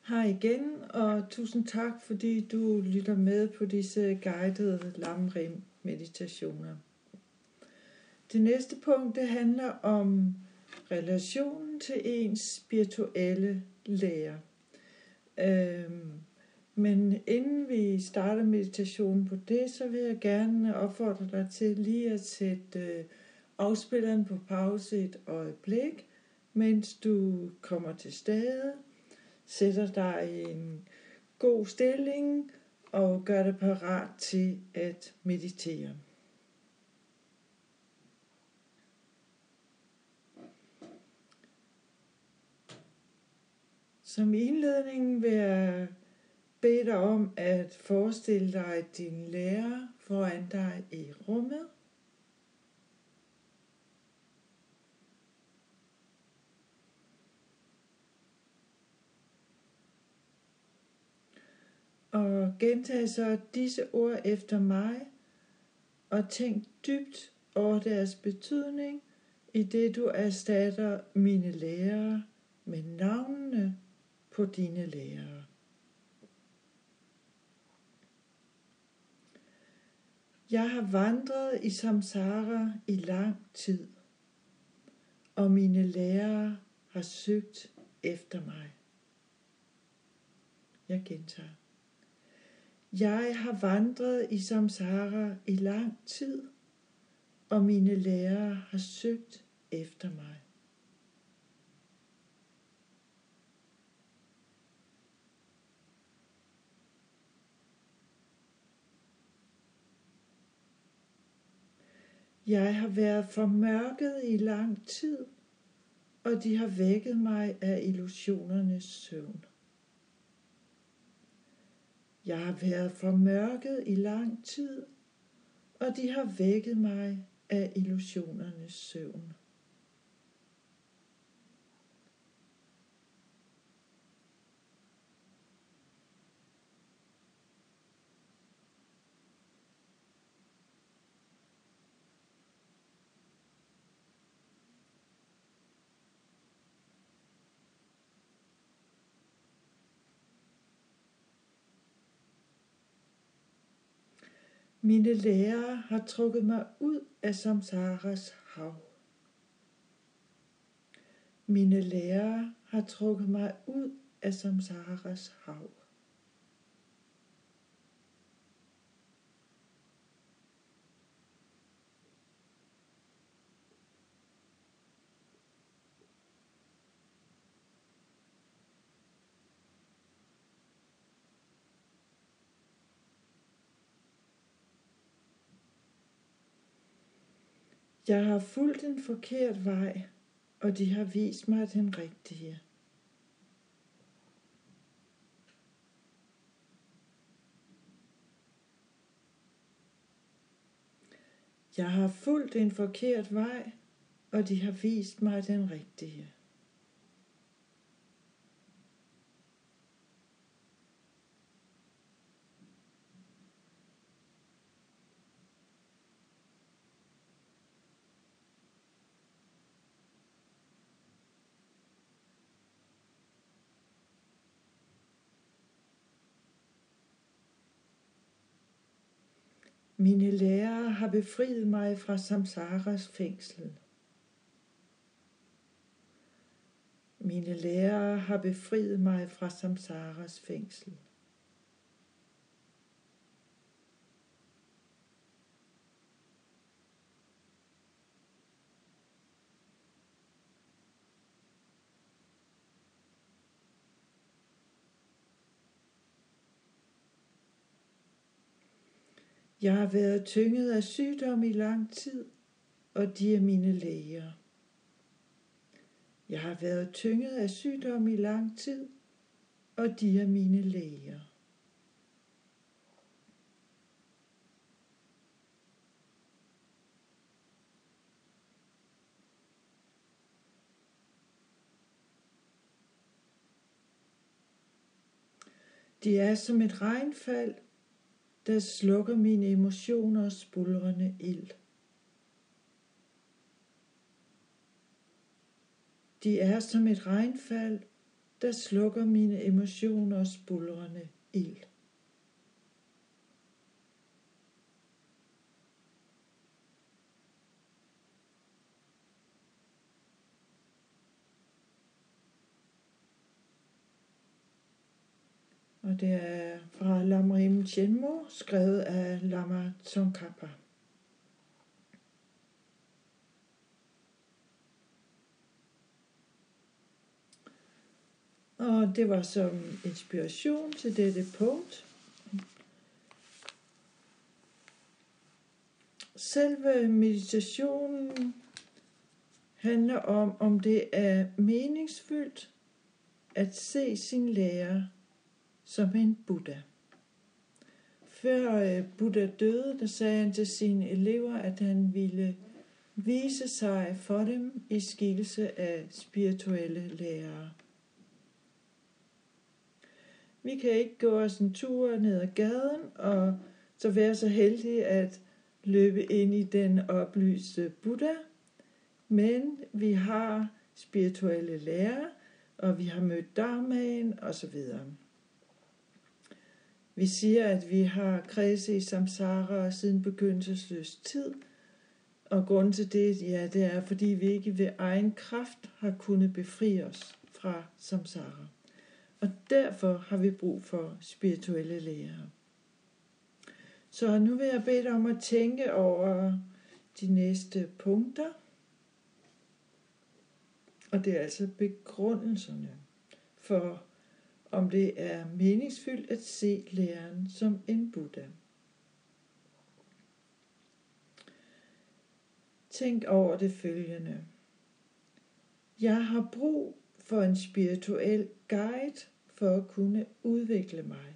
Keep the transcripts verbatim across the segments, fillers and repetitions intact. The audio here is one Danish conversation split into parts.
Hej igen, og tusind tak, fordi du lytter med på disse guidede lamrim meditationer. Det næste punkt, det handler om relationen til ens spirituelle lærer. Øhm, men inden vi starter meditationen på det, så vil jeg gerne opfordre dig til lige at sætte øh, afspilleren på pause et øjeblik, mens du kommer til stede. Sætter dig i en god stilling og gør dig parat til at meditere. Som indledning vil jeg bede dig om at forestille dig din lærer foran dig i rummet. Og gentag så disse ord efter mig, og tænk dybt over deres betydning, i det du erstatter mine lærere med navnene på dine lærere. Jeg har vandret i samsara i lang tid, og mine lærere har søgt efter mig. Jeg gentager. Jeg har vandret i samsara i lang tid, og mine lærere har søgt efter mig. Jeg har været formørket i lang tid, og de har vækket mig af illusionernes søvn. Jeg har været formørket i lang tid, og de har vækket mig af illusionernes søvn. Mine lærere har trukket mig ud af samsaras hav. Mine lærere har trukket mig ud af samsaras hav. Jeg har fulgt en forkert vej, og de har vist mig den rigtige. Jeg har fulgt en forkert vej, og de har vist mig den rigtige. Mine lærere har befriet mig fra samsaras fængsel. Mine lærere har befriet mig fra samsaras fængsel. Jeg har været tynget af sygdom i lang tid, og de er mine læger. Jeg har været tynget af sygdom i lang tid, og de er mine læger. De er som et regnfald, der slukker mine emotioners buldrende ild. De er som et regnfald, der slukker mine emotioners buldrende ild. Og det er fra Lamrim Chenmo, skrevet af Lama Tsongkhapa. Og det var som inspiration til dette punkt. Selve meditationen handler om, om det er meningsfyldt at se sin lærer som en Buddha. Før Buddha døde, der sagde han til sine elever, at han ville vise sig for dem i skikkelse af spirituelle lærere. Vi kan ikke gå os en tur ned ad gaden og så være så heldige at løbe ind i den oplyste Buddha, men vi har spirituelle lærere, og vi har mødt Dharmaen osv. Vi siger, at vi har kredset i samsara siden begyndelsesløs tid, og grunden til det, ja, det er, fordi vi ikke ved egen kraft har kunnet befri os fra samsara. Og derfor har vi brug for spirituelle lærere. Så nu vil jeg bede dig om at tænke over de næste punkter. Og det er altså begrundelserne for, om det er meningsfyldt at se læreren som en Buddha. Tænk over det følgende. Jeg har brug for en spirituel guide for at kunne udvikle mig.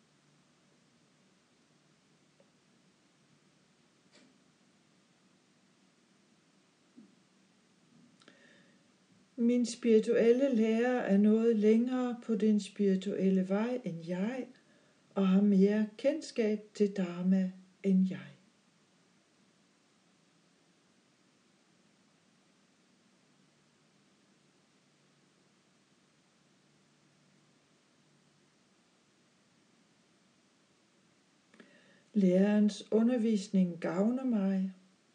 Min spirituelle lærer er noget længere på den spirituelle vej end jeg, og har mere kendskab til Dharma end jeg. Lærerens undervisning gavner mig.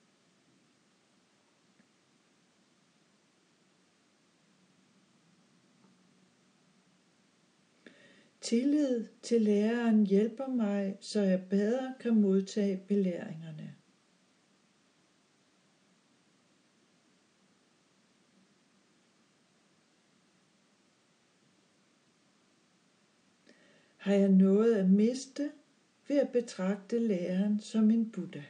Tillid til læreren hjælper mig, så jeg bedre kan modtage belæringerne. Har jeg noget at miste ved at betragte læreren som en Buddha?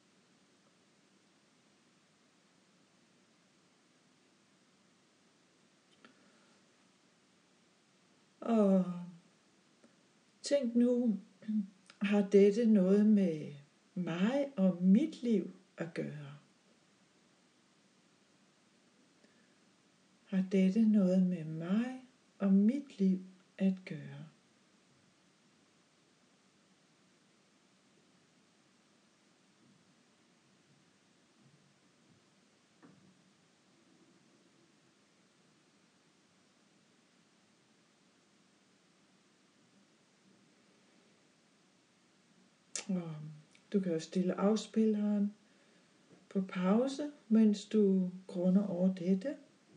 Og tænk nu, har dette noget med mig og mit liv at gøre? Har dette noget med mig og mit liv at gøre? Og du kan jo stille afspilleren på pause, mens du grunder over dette.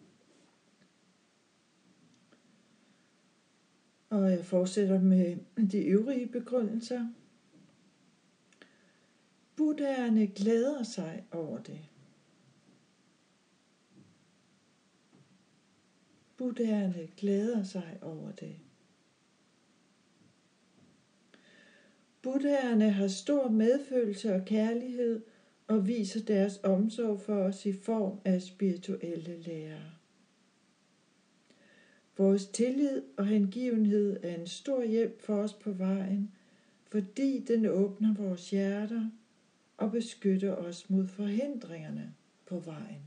Og jeg fortsætter med de øvrige begrundelser. Buddhaerne glæder sig over det. Buddhaerne glæder sig over det. Buddhaerne har stor medfølelse og kærlighed og viser deres omsorg for os i form af spirituelle lærere. Vores tillid og hengivenhed er en stor hjælp for os på vejen, fordi den åbner vores hjerter og beskytter os mod forhindringerne på vejen.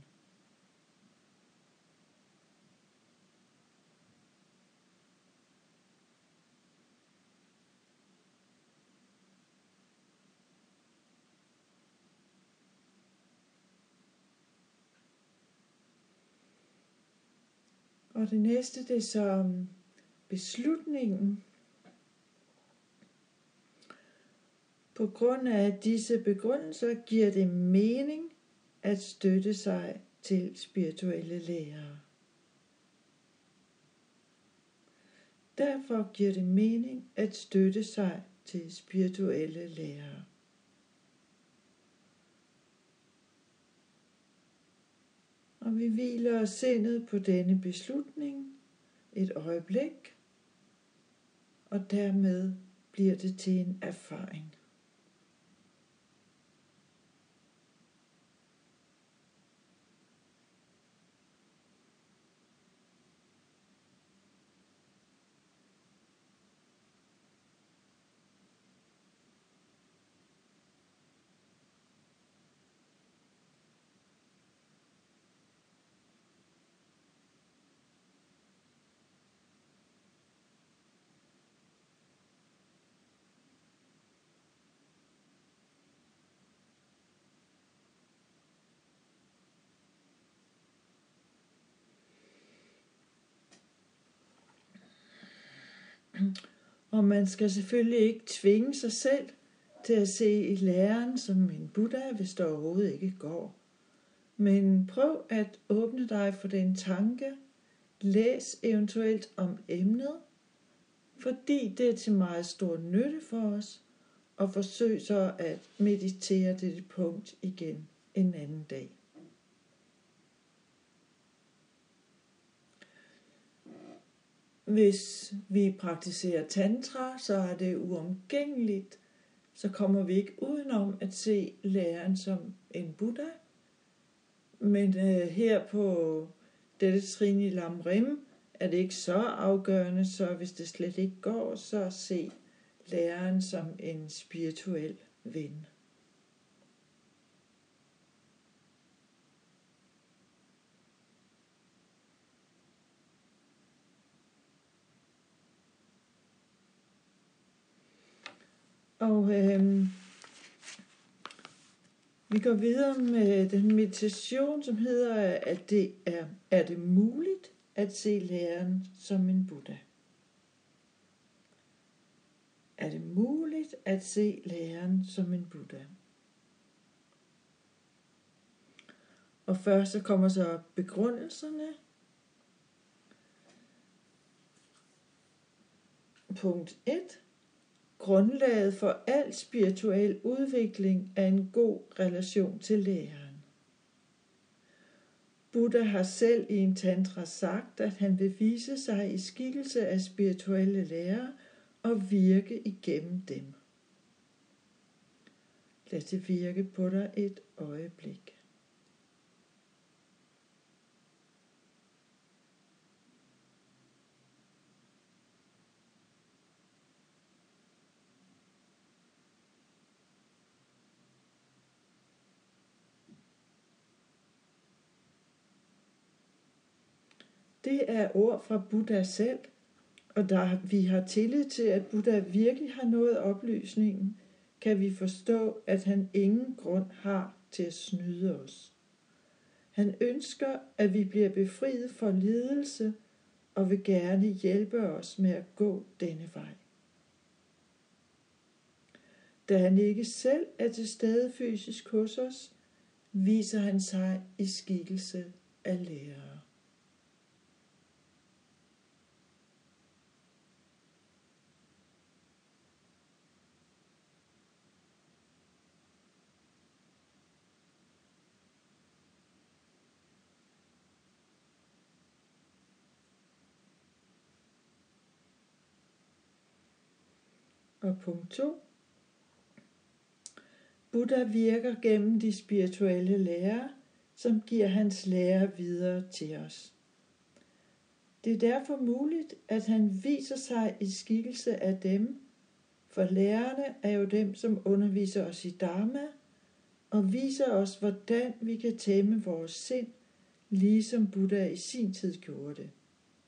Og det næste, det er så beslutningen. På grund af disse begrundelser giver det mening at støtte sig til spirituelle lærere. Derfor giver det mening at støtte sig til spirituelle lærere. Og vi hviler sindet på denne beslutning et øjeblik, og dermed bliver det til en erfaring. Og man skal selvfølgelig ikke tvinge sig selv til at se læreren som en Buddha, hvis det overhovedet ikke går. Men prøv at åbne dig for den tanke. Læs eventuelt om emnet, fordi det er til meget stor nytte for os, og forsøg så at meditere dette punkt igen en anden dag. Hvis vi praktiserer tantra, så er det uomgængeligt, så kommer vi ikke udenom at se læreren som en Buddha. Men øh, her på dette trin i Lamrim er det ikke så afgørende, så hvis det slet ikke går, så se læreren som en spirituel ven. Og øh, vi går videre med den meditation, som hedder, at det er, er det muligt at se læreren som en Buddha. Er det muligt at se læreren som en Buddha? Og først så kommer så begrundelserne. Punkt et. Grundlaget for al spirituel udvikling er en god relation til læreren. Buddha har selv i en tantra sagt, at han vil vise sig i skikkelse af spirituelle lærere og virke igennem dem. Lad det virke på dig et øjeblik. Det er ord fra Buddha selv, og da vi har tillid til, at Buddha virkelig har nået oplysningen, kan vi forstå, at han ingen grund har til at snyde os. Han ønsker, at vi bliver befriet for lidelse, og vil gerne hjælpe os med at gå denne vej. Da han ikke selv er til stede fysisk hos os, viser han sig i skikkelse af lærere. Og punkt to. Buddha virker gennem de spirituelle lærere, som giver hans lære videre til os. Det er derfor muligt, at han viser sig i skikkelse af dem, for lærerne er jo dem, som underviser os i Dharma, og viser os, hvordan vi kan tæmme vores sind, ligesom Buddha i sin tid gjorde det.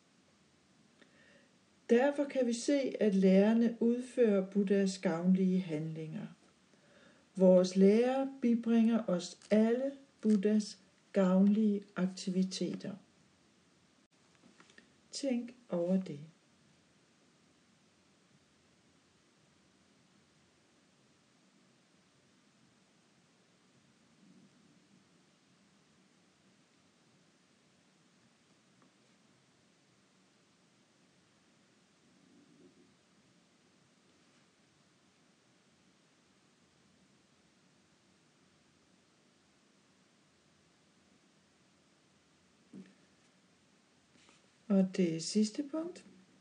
Derfor kan vi se, at lærerne udfører Buddhas gavnlige handlinger. Vores lærer bibringer os alle Buddhas gavnlige aktiviteter. tænk over det. Og det sidste punkt.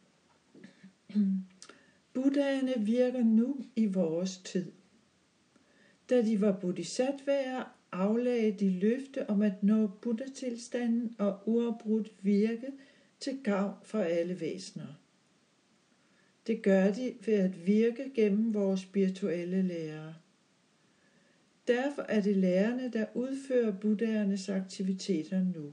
Buddhaerne virker nu i vores tid. Da de var bodhisattvaer, aflagde de løfte om at nå buddha-tilstanden og uafbrudt virke til gavn for alle væsener. Det gør de ved at virke gennem vores spirituelle lærere. Derfor er det lærerne, der udfører buddhaernes aktiviteter nu.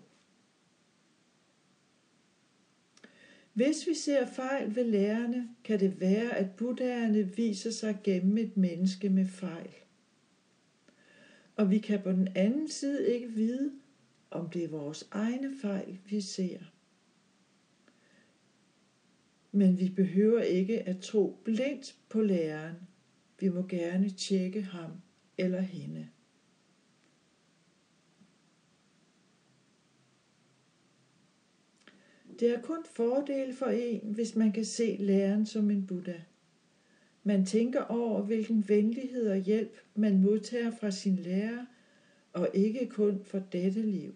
Hvis vi ser fejl ved lærerne, kan det være, at buddhaerne viser sig gennem et menneske med fejl. Og vi kan på den anden side ikke vide, om det er vores egne fejl, vi ser. Men vi behøver ikke at tro blindt på læreren. Vi må gerne tjekke ham eller hende. Det er kun fordel for en, hvis man kan se læreren som en Buddha. Man tænker over, hvilken venlighed og hjælp man modtager fra sin lærer, og ikke kun for dette liv.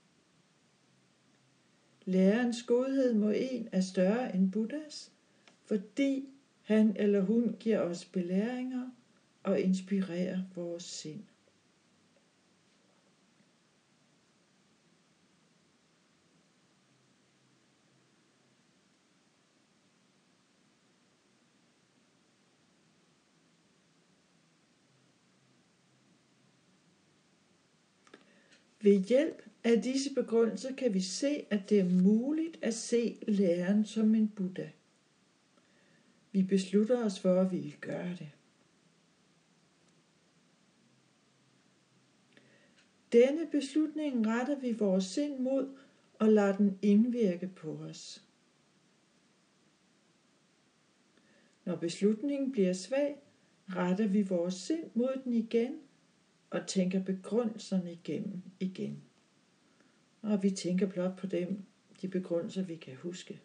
Lærerens godhed må en er større end Buddhas, fordi han eller hun giver os belæringer og inspirerer vores sind. Ved hjælp af disse begrundelser kan vi se, at det er muligt at se læreren som en Buddha. Vi beslutter os for at ville gøre det. Denne beslutning retter vi vores sind mod og lader den indvirke på os. Når beslutningen bliver svag, retter vi vores sind mod den igen og tænker begrundelserne igennem igen. Og vi tænker blot på dem, de begrundelser vi kan huske.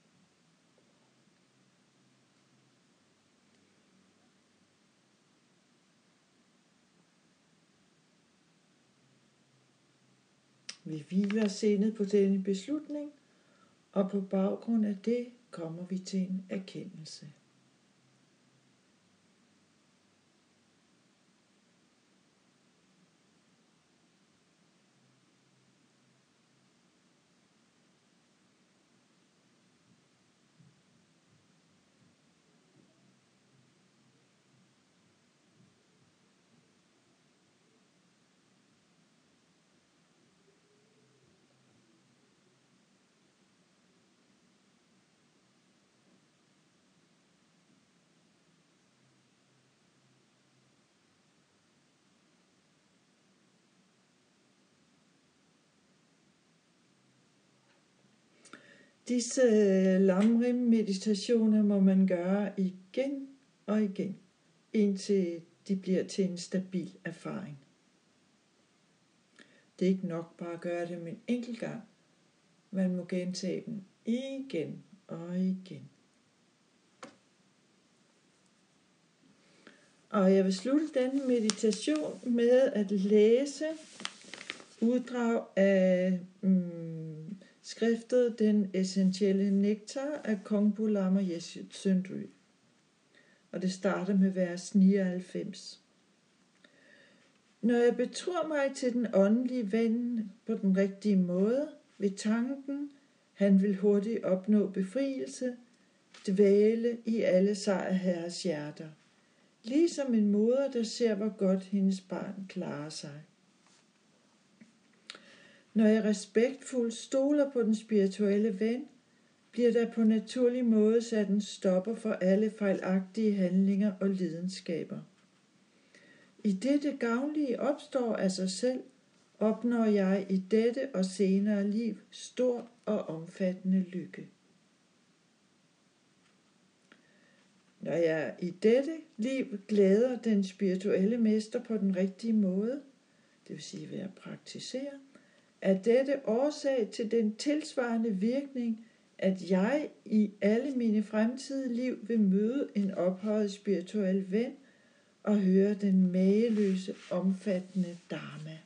Vi hviler sindet på denne beslutning, og på baggrund af det kommer vi til en erkendelse. Disse lamrim-meditationer må man gøre igen og igen, indtil de bliver til en stabil erfaring. Det er ikke nok bare at gøre dem en enkelt gang. Man må gentage dem igen og igen. Og jeg vil slutte denne meditation med at læse uddrag af mm, skriftet Den Essentielle Nektar af Kongpo Lama Yeshe Tsundry. Og det starter med vers nioghalvfems. Når jeg betror mig til den åndelige ven på den rigtige måde, ved tanken, han vil hurtigt opnå befrielse, dvæle i alle sejrherres hjerter, ligesom en moder, der ser, hvor godt hendes barn klarer sig. Når jeg respektfuldt stoler på den spirituelle ven, bliver der på naturlig måde sat en stopper for alle fejlagtige handlinger og lidenskaber. I dette gavnlige opstår af sig selv, opnår jeg i dette og senere liv stor og omfattende lykke. Når jeg i dette liv glæder den spirituelle mester på den rigtige måde, det vil sige ved at praktisere, er dette årsag til den tilsvarende virkning, at jeg i alle mine fremtidige liv vil møde en ophøjet spirituel ven og høre den mageløse, omfattende dharma.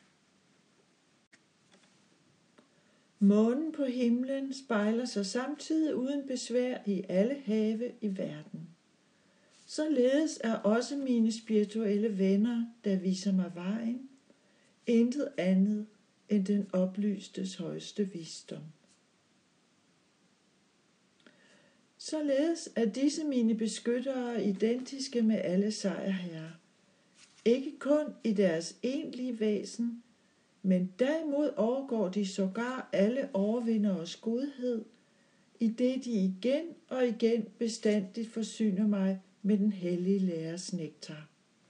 Månen på himlen spejler sig samtidig uden besvær i alle have i verden. Således er også mine spirituelle venner, der viser mig vejen, intet andet end den oplystes højeste visdom. Således er disse mine beskyttere identiske med alle sejrherrer, ikke kun i deres egentlige væsen, men derimod overgår de sågar alle overvinderes godhed, i det de igen og igen bestandigt forsyner mig med den hellige læres nektar.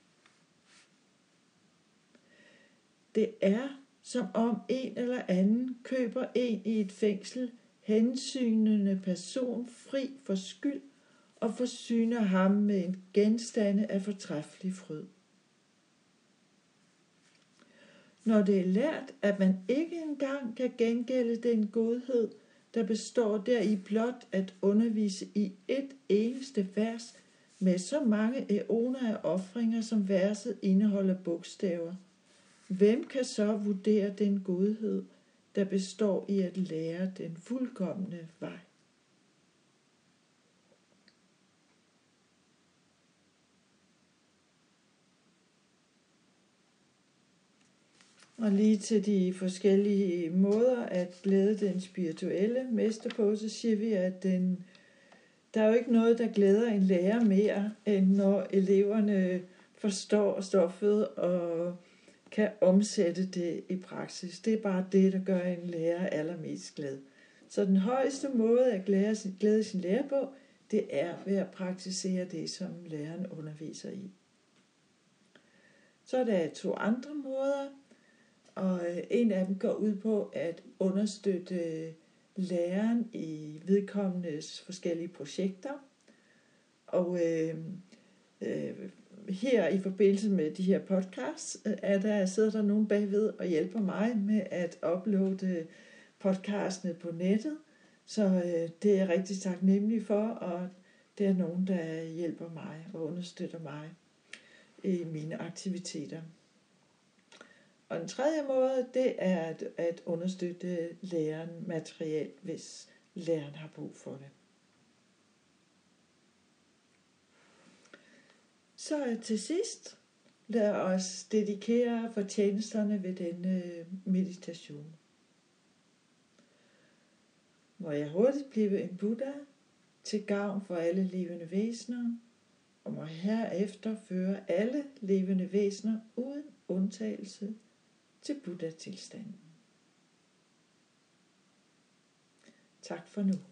Det er, som om en eller anden køber en i et fængsel, hensynende person fri for skyld og forsyner ham med en genstande af fortræffelig fryd. Når det er lært, at man ikke engang kan gengælde den godhed, der består deri blot at undervise i et eneste vers med så mange æoner af ofringer, som verset indeholder bogstaver, hvem kan så vurdere den godhed, der består i at lære den fuldkomne vej? Og lige til de forskellige måder at glæde den spirituelle mester på, så siger vi, at den, der er jo ikke noget, der glæder en lærer mere, end når eleverne forstår stoffet og kan omsætte det i praksis. Det er bare det, der gør en lærer allermest glad. Så den højeste måde at glæde sin, glæde sin lærer på, det er ved at praktisere det, som læreren underviser i. Så er der to andre måder, og en af dem går ud på at understøtte læreren i vedkommendes forskellige projekter. Og øh, øh, her i forbindelse med de her podcasts, er der, sidder der nogen bagved og hjælper mig med at uploade podcastene på nettet. Så øh, det er jeg rigtig taknemmelig for, og det er nogen, der hjælper mig og understøtter mig i mine aktiviteter. Og den tredje måde, det er at, at understøtte læreren materielt, hvis læreren har brug for det. Så til sidst, lad os dedikere fortjenesterne ved denne meditation. Må jeg hurtigt blive en Buddha til gavn for alle levende væsener, og må herefter føre alle levende væsener uden undtagelse til Buddha-tilstanden. Tak for nu.